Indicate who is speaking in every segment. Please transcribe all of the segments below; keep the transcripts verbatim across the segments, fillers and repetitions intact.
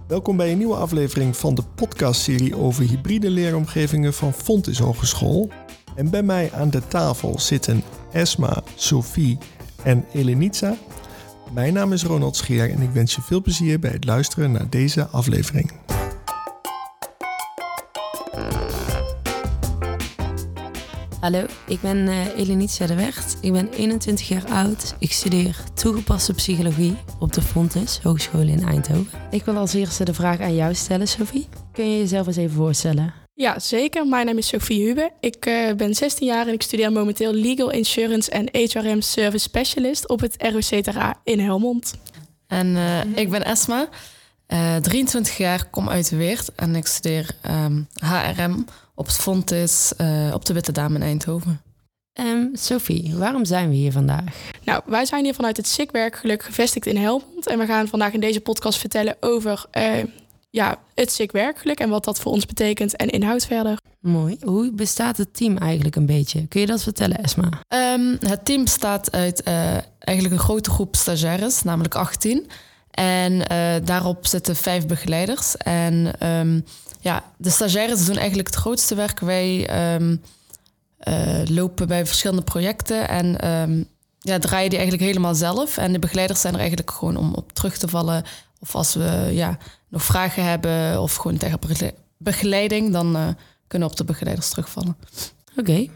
Speaker 1: Welkom bij een nieuwe aflevering van de podcastserie over hybride leeromgevingen van Fontys Hogeschool. En bij mij aan de tafel zitten Esma, Sophie en Elenitsa. Mijn naam is Ronald Scheer en ik wens je veel plezier bij het luisteren naar deze aflevering.
Speaker 2: Hallo, ik ben uh, Elenitsa de Wecht. Ik ben eenentwintig jaar oud. Ik studeer toegepaste psychologie op de Fontys Hogeschool in Eindhoven. Ik wil als eerste de vraag aan jou stellen, Sophie. Kun je jezelf eens even voorstellen?
Speaker 3: Ja, zeker. Mijn naam is Sophie Hube. Ik uh, ben zestien jaar en ik studeer momenteel Legal Insurance en H R M Service Specialist op het R O C T R A in Helmond.
Speaker 4: En uh, ik ben Esma, uh, drieëntwintig jaar, kom uit Weert en ik studeer um, H R M op het Fontys uh, op de Witte Dame in Eindhoven.
Speaker 2: Um, Sophie, waarom zijn we hier vandaag?
Speaker 3: Nou, wij zijn hier vanuit het S I C Werkgeluk gevestigd in Helmond. En we gaan vandaag in deze podcast vertellen over uh, ja, het S I C Werkgeluk en wat dat voor ons betekent en inhoudt verder.
Speaker 2: Mooi. Hoe bestaat het team eigenlijk een beetje? Kun je dat vertellen, Esma?
Speaker 4: Um, het team bestaat uit uh, eigenlijk een grote groep stagiaires, namelijk achttien. En uh, daarop zitten vijf begeleiders. En um, ja, de stagiaires doen eigenlijk het grootste werk. Wij um, uh, lopen bij verschillende projecten en um, ja, draaien die eigenlijk helemaal zelf. En de begeleiders zijn er eigenlijk gewoon om op terug te vallen. Of als we ja, nog vragen hebben of gewoon tegen begeleiding, dan uh, kunnen we op de begeleiders terugvallen.
Speaker 2: Oké. Okay.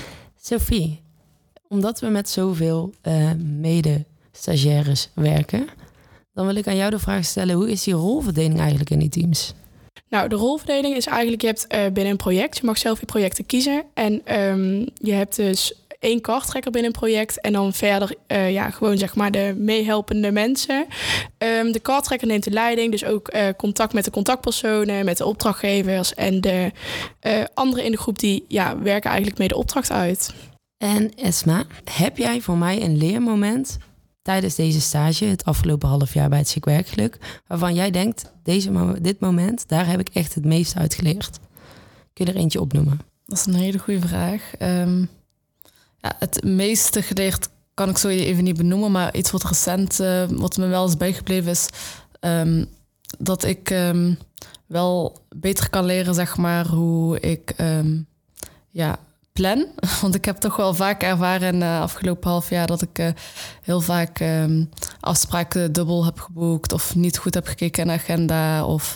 Speaker 2: Sophie, omdat we met zoveel uh, mede-stagiaires werken, dan wil ik aan jou de vraag stellen, hoe is die rolverdeling eigenlijk in die teams?
Speaker 3: Nou, de rolverdeling is eigenlijk, je hebt uh, binnen een project, je mag zelf je projecten kiezen. En um, je hebt dus één karttrekker binnen een project en dan verder uh, ja, gewoon zeg maar de meehelpende mensen. Um, de karttrekker neemt de leiding, dus ook uh, contact met de contactpersonen, met de opdrachtgevers en de uh, anderen in de groep die ja, werken eigenlijk mee de opdracht uit.
Speaker 2: En Esma, heb jij voor mij een leermoment tijdens deze stage, het afgelopen half jaar bij het S I C Werkgeluk, waarvan jij denkt, deze mo- dit moment, daar heb ik echt het meest uit geleerd? Kun je er eentje opnoemen?
Speaker 4: Dat is een hele goede vraag. Um, ja, het meeste geleerd kan ik zo even niet benoemen, maar iets wat recent, uh, wat me wel is bijgebleven is, um, dat ik um, wel beter kan leren, zeg maar, hoe ik um, ja, plan. Want ik heb toch wel vaak ervaren in de afgelopen half jaar dat ik uh, heel vaak um, afspraken dubbel heb geboekt of niet goed heb gekeken in de agenda of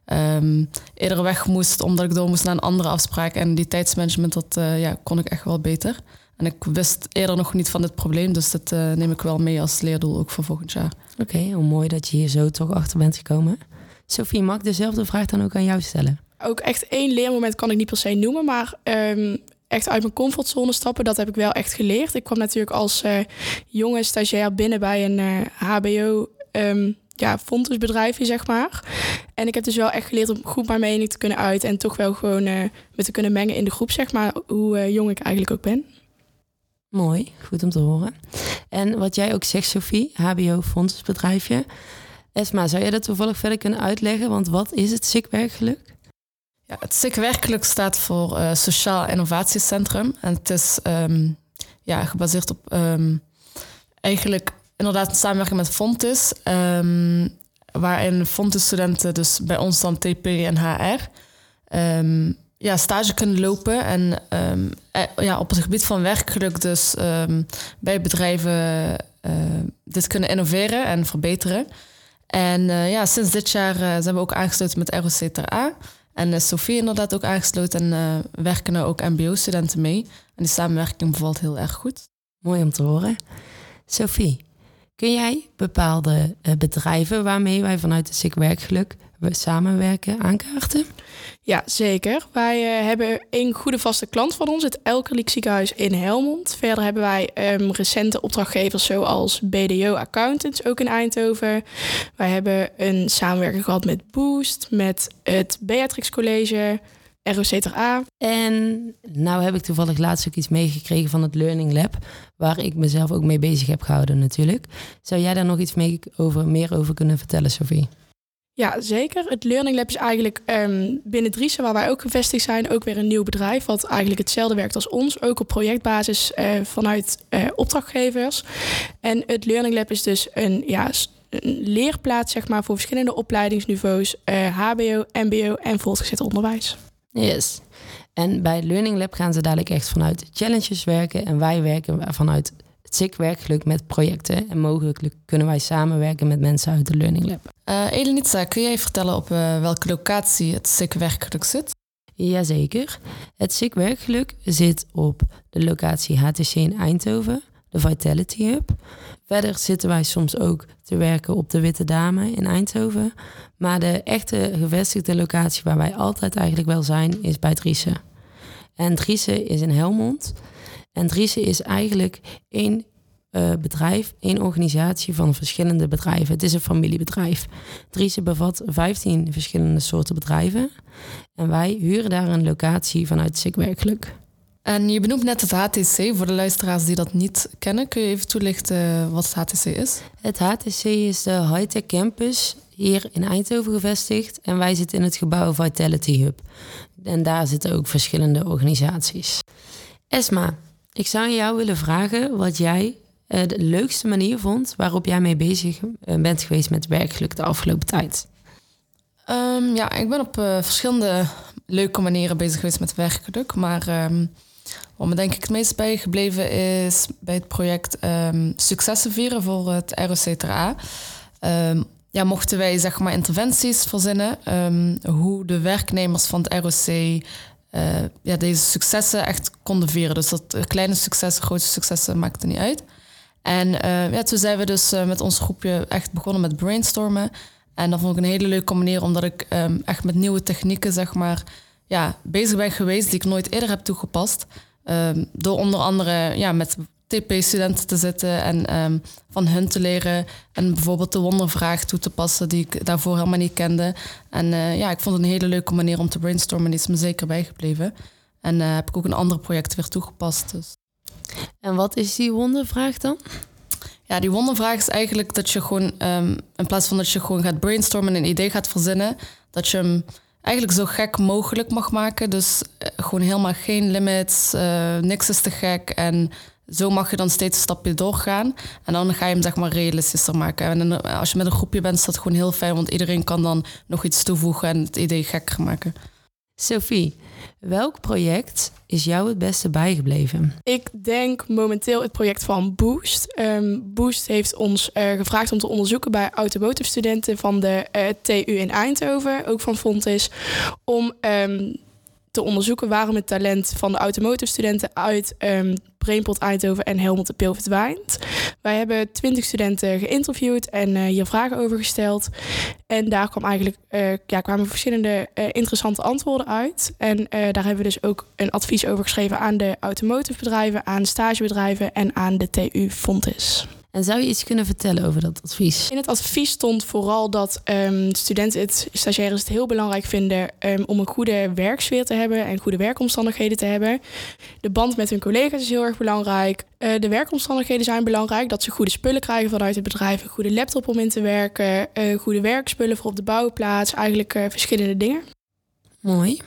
Speaker 4: um, eerder weg moest omdat ik door moest naar een andere afspraak. En die tijdsmanagement, dat uh, ja, kon ik echt wel beter. En ik wist eerder nog niet van dit probleem, dus dat uh, neem ik wel mee als leerdoel ook voor volgend jaar.
Speaker 2: Oké, okay, hoe mooi dat je hier zo toch achter bent gekomen. Sophie, mag ik dezelfde vraag dan ook aan jou stellen?
Speaker 3: Ook echt één leermoment kan ik niet per se noemen, maar Um, echt uit mijn comfortzone stappen, dat heb ik wel echt geleerd. Ik kwam natuurlijk als uh, jonge stagiair binnen bij een uh, H B O um, ja, Fontys-bedrijfje, zeg maar. En ik heb dus wel echt geleerd om goed mijn mening te kunnen uiten en toch wel gewoon uh, me te kunnen mengen in de groep, zeg maar, hoe uh, jong ik eigenlijk ook ben.
Speaker 2: Mooi, goed om te horen. En wat jij ook zegt, Sophie, H B O Fontys-bedrijfje. Esma, zou jij dat toevallig verder kunnen uitleggen? Want wat is het S I C Werkgeluk?
Speaker 4: Ja, het S I C Werkgeluk staat voor uh, Sociaal Innovatiecentrum. En het is um, ja, gebaseerd op um, eigenlijk inderdaad een samenwerking met Fontys. Um, waarin Fontys-studenten dus bij ons dan T P en H R um, ja, stage kunnen lopen. En um, ja, op het gebied van werkgeluk dus um, bij bedrijven uh, dit kunnen innoveren en verbeteren. En uh, ja, sinds dit jaar uh, zijn we ook aangesloten met R O C T R A. En uh, Sophie inderdaad ook aangesloten en uh, werken er ook M B O-studenten mee. En die samenwerking bevalt heel erg goed.
Speaker 2: Mooi om te horen. Sophie, kun jij bepaalde uh, bedrijven waarmee wij vanuit het S I C Werkgeluk samenwerken aankaarten?
Speaker 3: Ja, zeker. Wij uh, hebben één goede vaste klant van ons, het Elkerlijk Ziekenhuis in Helmond. Verder hebben wij um, recente opdrachtgevers zoals B D O Accountants, ook in Eindhoven. Wij hebben een samenwerking gehad met Boost, met het Beatrix College, R O C T R A.
Speaker 2: En nou heb ik toevallig laatst ook iets meegekregen van het Learning Lab, waar ik mezelf ook mee bezig heb gehouden natuurlijk. Zou jij daar nog iets mee over, meer over kunnen vertellen, Sophie?
Speaker 3: Ja, zeker. Het Learning Lab is eigenlijk um, binnen Driessen, waar wij ook gevestigd zijn, ook weer een nieuw bedrijf wat eigenlijk hetzelfde werkt als ons. Ook op projectbasis uh, vanuit uh, opdrachtgevers. En het Learning Lab is dus een ja, een leerplaats zeg maar, voor verschillende opleidingsniveaus. Uh, H B O, M B O en voortgezet onderwijs.
Speaker 2: Yes. En bij Learning Lab gaan ze dadelijk echt vanuit challenges werken. En wij werken vanuit het S I C werkgeluk met projecten. En mogelijk kunnen wij samenwerken met mensen uit de Learning Lab.
Speaker 4: Uh, Elenitsa, kun jij vertellen op uh, welke locatie het S I C werkgeluk zit?
Speaker 2: Jazeker. Het S I C werkgeluk zit op de locatie H T C in Eindhoven, de Vitality Hub. Verder zitten wij soms ook te werken op de Witte Dame in Eindhoven. Maar de echte gevestigde locatie waar wij altijd eigenlijk wel zijn, is bij Driessen. En Driessen is in Helmond. En Driessen is eigenlijk één uh, bedrijf, één organisatie van verschillende bedrijven. Het is een familiebedrijf. Driessen bevat vijftien verschillende soorten bedrijven. En wij huren daar een locatie vanuit het S I C werkgeluk.
Speaker 4: En je benoemt net het H T C. Voor de luisteraars die dat niet kennen, kun je even toelichten wat het H T C is?
Speaker 2: Het H T C is de Hightech Campus hier in Eindhoven gevestigd. En wij zitten in het gebouw Vitality Hub. En daar zitten ook verschillende organisaties. Esma, ik zou jou willen vragen wat jij uh, de leukste manier vond waarop jij mee bezig uh, bent geweest met werkgeluk de afgelopen tijd.
Speaker 4: Um, ja, ik ben op uh, verschillende leuke manieren bezig geweest met werkgeluk. Maar um, wat me denk ik het meest bijgebleven is bij het project um, Successen vieren voor het R O C Ter A. Um, ja, mochten wij zeg maar interventies verzinnen, um, hoe de werknemers van het R O C uh, ja, deze successen echt konden vieren. Dus dat kleine successen, grote successen, maakt er niet uit. En uh, ja, toen zijn we dus uh, met ons groepje echt begonnen met brainstormen. En dat vond ik een hele leuke manier, omdat ik um, echt met nieuwe technieken zeg maar, ja, bezig ben geweest die ik nooit eerder heb toegepast. Um, door onder andere ja, met T P-studenten te zitten en um, van hun te leren. En bijvoorbeeld de wondervraag toe te passen die ik daarvoor helemaal niet kende. En uh, ja, ik vond het een hele leuke manier om te brainstormen. Die is me zeker bijgebleven. En uh, heb ik ook een ander project weer toegepast. Dus.
Speaker 2: En wat is die wondervraag dan?
Speaker 4: Ja, die wondervraag is eigenlijk dat je gewoon, um, in plaats van dat je gewoon gaat brainstormen en een idee gaat verzinnen, dat je hem eigenlijk zo gek mogelijk mag maken. Dus uh, gewoon helemaal geen limits, uh, niks is te gek. En zo mag je dan steeds een stapje doorgaan. En dan ga je hem zeg maar realistischer maken. En dan, als je met een groepje bent, is dat gewoon heel fijn, want iedereen kan dan nog iets toevoegen en het idee gekker maken.
Speaker 2: Sophie, welk project is jou het beste bijgebleven?
Speaker 3: Ik denk momenteel het project van Boost. Um, Boost heeft ons uh, gevraagd om te onderzoeken bij automotive studenten van de uh, T U in Eindhoven, ook van Fontys, om um, te onderzoeken waarom het talent van de automotive studenten uit um, Brainport Eindhoven en Helmond de Pil verdwijnt. Wij hebben twintig studenten geïnterviewd en uh, hier vragen over gesteld. En daar kwam eigenlijk, uh, ja, kwamen verschillende uh, interessante antwoorden uit. En uh, daar hebben we dus ook een advies over geschreven aan de automotive bedrijven, aan stagebedrijven en aan de T U Fontys.
Speaker 2: En zou je iets kunnen vertellen over dat advies?
Speaker 3: In het advies stond vooral dat um, studenten, het, stagiaires het heel belangrijk vinden um, om een goede werksfeer te hebben en goede werkomstandigheden te hebben. De band met hun collega's is heel erg belangrijk. Uh, de werkomstandigheden zijn belangrijk. Dat ze goede spullen krijgen vanuit het bedrijf, een goede laptop om in te werken, uh, goede werkspullen voor op de bouwplaats, eigenlijk uh, verschillende dingen.
Speaker 2: Mooi.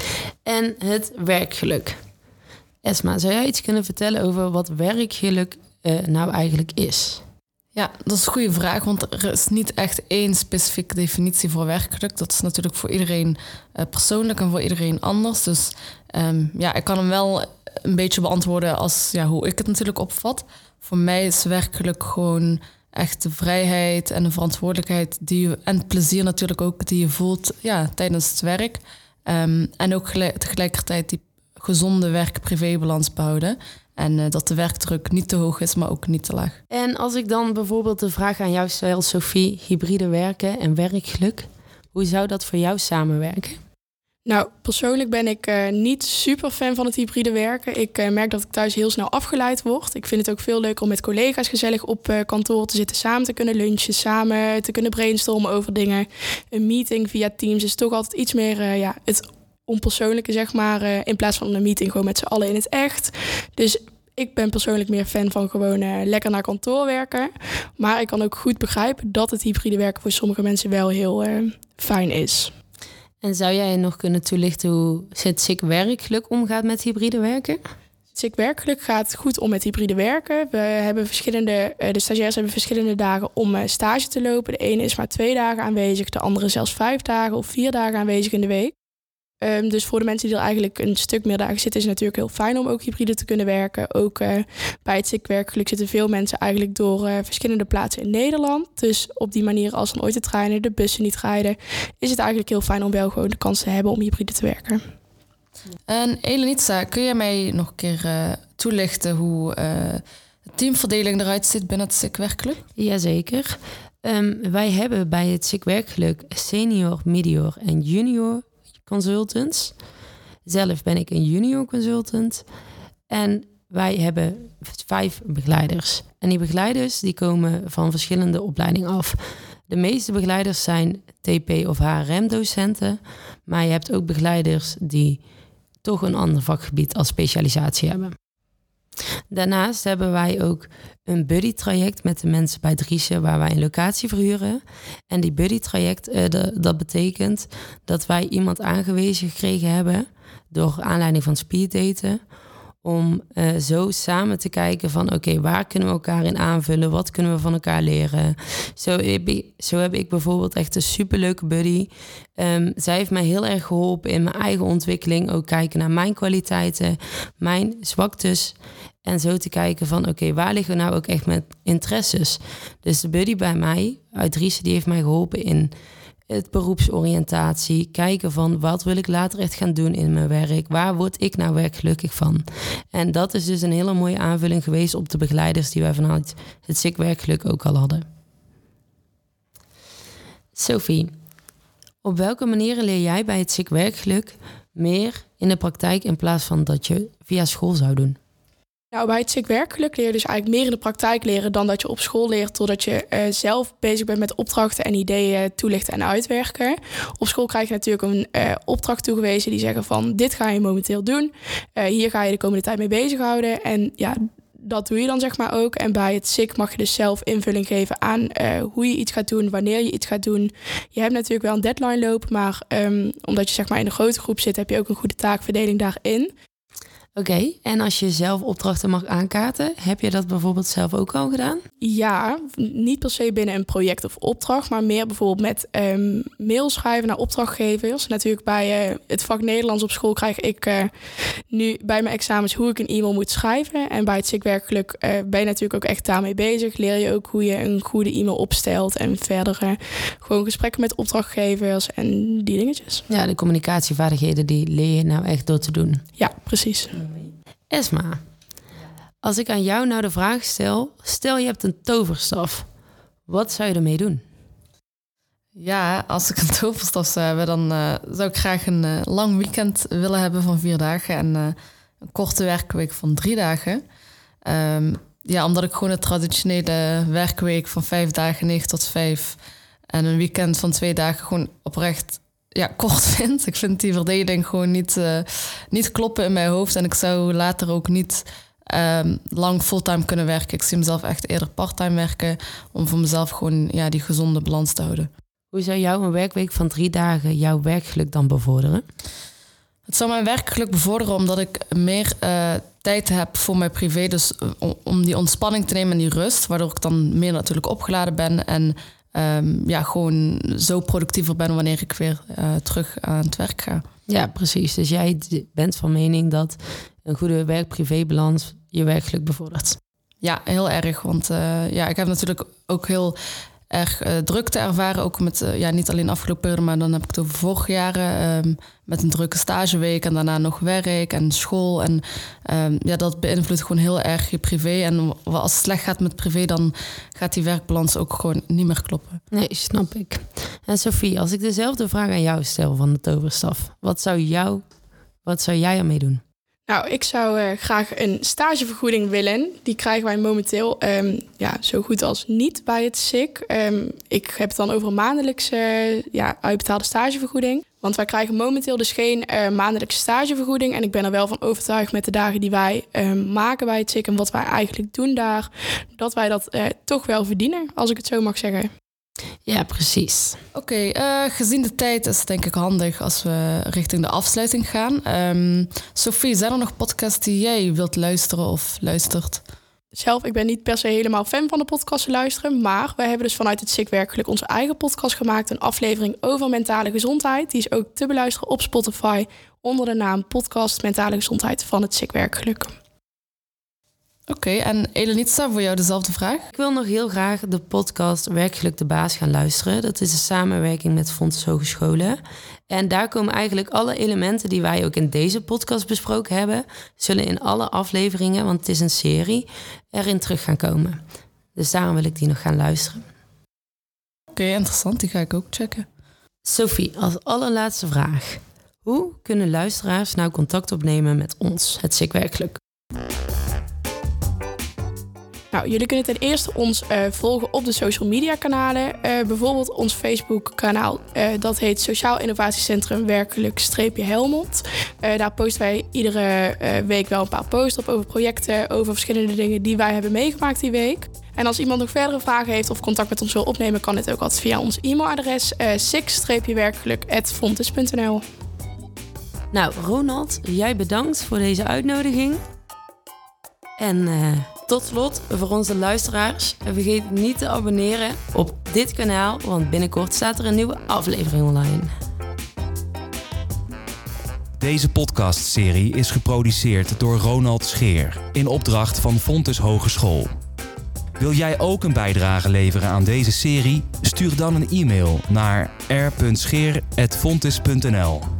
Speaker 2: En het werkgeluk. Esma, zou jij iets kunnen vertellen over wat werkgeluk Uh, nou eigenlijk is?
Speaker 4: Ja, dat is een goede vraag, want er is niet echt één specifieke definitie voor werkgeluk. Dat is natuurlijk voor iedereen uh, persoonlijk en voor iedereen anders. Dus um, ja, ik kan hem wel een beetje beantwoorden als ja, hoe ik het natuurlijk opvat. Voor mij is werkgeluk gewoon echt de vrijheid en de verantwoordelijkheid die je, en het plezier natuurlijk ook die je voelt ja, tijdens het werk. Um, en ook gelijk, tegelijkertijd die gezonde werk-privébalans behouden. En uh, dat de werkdruk niet te hoog is, maar ook niet te laag.
Speaker 2: En als ik dan bijvoorbeeld de vraag aan jou stel, Sophie, hybride werken en werkgeluk, hoe zou dat voor jou samenwerken?
Speaker 3: Nou, persoonlijk ben ik uh, niet super fan van het hybride werken. Ik uh, merk dat ik thuis heel snel afgeleid word. Ik vind het ook veel leuker om met collega's gezellig op uh, kantoor te zitten, samen te kunnen lunchen, samen te kunnen brainstormen over dingen. Een meeting via Teams is toch altijd iets meer uh, ja, het onpersoonlijke, zeg maar, uh, in plaats van een meeting gewoon met z'n allen in het echt. Dus ik ben persoonlijk meer fan van gewoon uh, lekker naar kantoor werken. Maar ik kan ook goed begrijpen dat het hybride werken voor sommige mensen wel heel uh, fijn is.
Speaker 2: En zou jij nog kunnen toelichten hoe het S I C werkgeluk omgaat met hybride werken?
Speaker 3: Het S I C Werkgeluk gaat goed om met hybride werken. We hebben verschillende, de stagiairs hebben verschillende dagen om stage te lopen. De ene is maar twee dagen aanwezig, de andere zelfs vijf dagen of vier dagen aanwezig in de week. Um, dus voor de mensen die er eigenlijk een stuk meer dagen zitten, is het natuurlijk heel fijn om ook hybride te kunnen werken. Ook uh, bij het S I C Werkgeluk zitten veel mensen eigenlijk door uh, verschillende plaatsen in Nederland. Dus op die manier, als dan ooit de treinen, de bussen niet rijden, is het eigenlijk heel fijn om wel gewoon de kans te hebben om hybride te werken.
Speaker 4: En Elenitsa, kun je mij nog een keer uh, toelichten hoe uh, de teamverdeling eruit ziet binnen het S I C Werkgeluk?
Speaker 2: Jazeker. Um, wij hebben bij het S I C Werkgeluk senior, medior en junior consultants. Zelf ben ik een junior consultant. En wij hebben vijf begeleiders. En die begeleiders die komen van verschillende opleidingen af. De meeste begeleiders zijn T P of H R M-docenten. Maar je hebt ook begeleiders die toch een ander vakgebied als specialisatie hebben. Daarnaast hebben wij ook een buddy-traject met de mensen bij Driessen waar wij een locatie verhuren. En die buddy-traject, uh, de, dat betekent dat wij iemand aangewezen gekregen hebben door aanleiding van speeddaten, om uh, zo samen te kijken van oké, okay, waar kunnen we elkaar in aanvullen? Wat kunnen we van elkaar leren? Zo heb ik, zo heb ik bijvoorbeeld echt een superleuke buddy. Um, zij heeft mij heel erg geholpen in mijn eigen ontwikkeling. Ook kijken naar mijn kwaliteiten, mijn zwaktes. En zo te kijken van oké, okay, waar liggen we nou ook echt met interesses? Dus de buddy bij mij uit Driessen, die heeft mij geholpen in het beroepsoriëntatie. Kijken van wat wil ik later echt gaan doen in mijn werk? Waar word ik nou werkgelukkig van? En dat is dus een hele mooie aanvulling geweest op de begeleiders die wij vanuit het S I C Werkgeluk ook al hadden. Sophie, op welke manieren leer jij bij het S I C Werkgeluk meer in de praktijk in plaats van dat je via school zou doen?
Speaker 3: Nou, bij het S I C Werkgeluk leer je dus eigenlijk meer in de praktijk leren dan dat je op school leert, totdat je uh, zelf bezig bent met opdrachten en ideeën toelichten en uitwerken. Op school krijg je natuurlijk een uh, opdracht toegewezen die zeggen van dit ga je momenteel doen. Uh, hier ga je de komende tijd mee bezighouden. En ja, dat doe je dan zeg maar ook. En bij het S I C mag je dus zelf invulling geven aan uh, hoe je iets gaat doen, wanneer je iets gaat doen. Je hebt natuurlijk wel een deadline lopen, maar um, omdat je zeg maar in een grote groep zit, heb je ook een goede taakverdeling daarin.
Speaker 2: Oké, okay, en als je zelf opdrachten mag aankaarten, heb je dat bijvoorbeeld zelf ook al gedaan?
Speaker 3: Ja, niet per se binnen een project of opdracht, maar meer bijvoorbeeld met um, mail schrijven naar opdrachtgevers. Natuurlijk bij uh, het vak Nederlands op school krijg ik uh, nu bij mijn examens hoe ik een e-mail moet schrijven. En bij het S I C Werkgeluk uh, ben je natuurlijk ook echt daarmee bezig. Leer je ook hoe je een goede e-mail opstelt en verder uh, gewoon gesprekken met opdrachtgevers en die dingetjes.
Speaker 2: Ja, de communicatievaardigheden die leer je nou echt door te doen.
Speaker 3: Ja, precies.
Speaker 2: Esma, als ik aan jou nou de vraag stel, stel je hebt een toverstaf, wat zou je ermee doen?
Speaker 4: Ja, als ik een toverstaf zou hebben, dan uh, zou ik graag een uh, lang weekend willen hebben van vier dagen en uh, een korte werkweek van drie dagen. Um, ja, omdat ik gewoon een traditionele werkweek van vijf dagen, negen tot vijf en een weekend van twee dagen gewoon oprecht ja, kort vind. Ik vind die verdeling gewoon niet, uh, niet kloppen in mijn hoofd. En ik zou later ook niet um, lang fulltime kunnen werken. Ik zie mezelf echt eerder parttime werken om voor mezelf gewoon ja, die gezonde balans te houden.
Speaker 2: Hoe zou jou een werkweek van drie dagen jouw werkgeluk dan bevorderen?
Speaker 4: Het zou mijn werkgeluk bevorderen omdat ik meer uh, tijd heb voor mijn privé. Dus om, om die ontspanning te nemen en die rust. Waardoor ik dan meer natuurlijk opgeladen ben en Um, ja, gewoon zo productiever ben wanneer ik weer uh, terug aan het werk ga.
Speaker 2: Ja, precies. Dus jij bent van mening dat een goede werk-privé-balans je werkgeluk bevordert.
Speaker 4: Ja, heel erg. Want uh, ja, ik heb natuurlijk ook heel erg uh, druk te ervaren. Ook met, uh, ja, niet alleen afgelopen periode, maar dan heb ik het over vorige jaren. Um, met een drukke stageweek en daarna nog werk en school. En um, ja, dat beïnvloedt gewoon heel erg je privé. En als het slecht gaat met privé, dan gaat die werkbalans ook gewoon niet meer kloppen.
Speaker 2: Nee, snap ik. En Sophie, als ik dezelfde vraag aan jou stel van de toverstaf, wat zou jou, wat zou jij ermee doen?
Speaker 3: Nou, ik zou uh, graag een stagevergoeding willen. Die krijgen wij momenteel um, ja, zo goed als niet bij het S I C. Um, ik heb het dan over een maandelijkse uh, ja, uitbetaalde stagevergoeding. Want wij krijgen momenteel dus geen uh, maandelijkse stagevergoeding. En ik ben er wel van overtuigd met de dagen die wij uh, maken bij het S I C en wat wij eigenlijk doen daar, dat wij dat uh, toch wel verdienen, als ik het zo mag zeggen.
Speaker 2: Ja, precies.
Speaker 4: Oké, okay, uh, gezien de tijd is het denk ik handig als we richting de afsluiting gaan. Um, Sophie, zijn er nog podcasts die jij wilt luisteren of luistert?
Speaker 3: Zelf, ik ben niet per se helemaal fan van de podcast luisteren, maar wij hebben dus vanuit het S I C Werkgeluk onze eigen podcast gemaakt, een aflevering over mentale gezondheid. Die is ook te beluisteren op Spotify onder de naam Podcast Mentale Gezondheid van het S I C Werkgeluk.
Speaker 4: Oké, okay, en Elenitsa, voor jou dezelfde vraag?
Speaker 2: Ik wil nog heel graag de podcast Werkgeluk de Baas gaan luisteren. Dat is een samenwerking met Fontys Hogescholen. En daar komen eigenlijk alle elementen die wij ook in deze podcast besproken hebben, zullen in alle afleveringen, want het is een serie, erin terug gaan komen. Dus daarom wil ik die nog gaan luisteren.
Speaker 4: Oké, okay, interessant. Die ga ik ook checken.
Speaker 2: Sophie, als allerlaatste vraag. Hoe kunnen luisteraars nou contact opnemen met ons, het S I C Werkgeluk?
Speaker 3: Nou, jullie kunnen ten eerste ons uh, volgen op de social media kanalen. Uh, bijvoorbeeld ons Facebook kanaal. Uh, dat heet Sociaal Innovatiecentrum Werkgeluk-Helmond. Uh, daar posten wij iedere uh, week wel een paar posts op over projecten, over verschillende dingen die wij hebben meegemaakt die week. En als iemand nog verdere vragen heeft of contact met ons wil opnemen, kan dit ook altijd via ons e-mailadres uh, s i c werkgeluk apenstaartje fontys punt n l.
Speaker 2: Nou, Ronald, jij bedankt voor deze uitnodiging. En uh, tot slot, voor onze luisteraars, vergeet niet te abonneren op dit kanaal, want binnenkort staat er een nieuwe aflevering online.
Speaker 5: Deze podcastserie is geproduceerd door Ronald Scheer in opdracht van Fontys Hogeschool. Wil jij ook een bijdrage leveren aan deze serie? Stuur dan een e-mail naar r punt scheer apenstaartje fontys punt n l.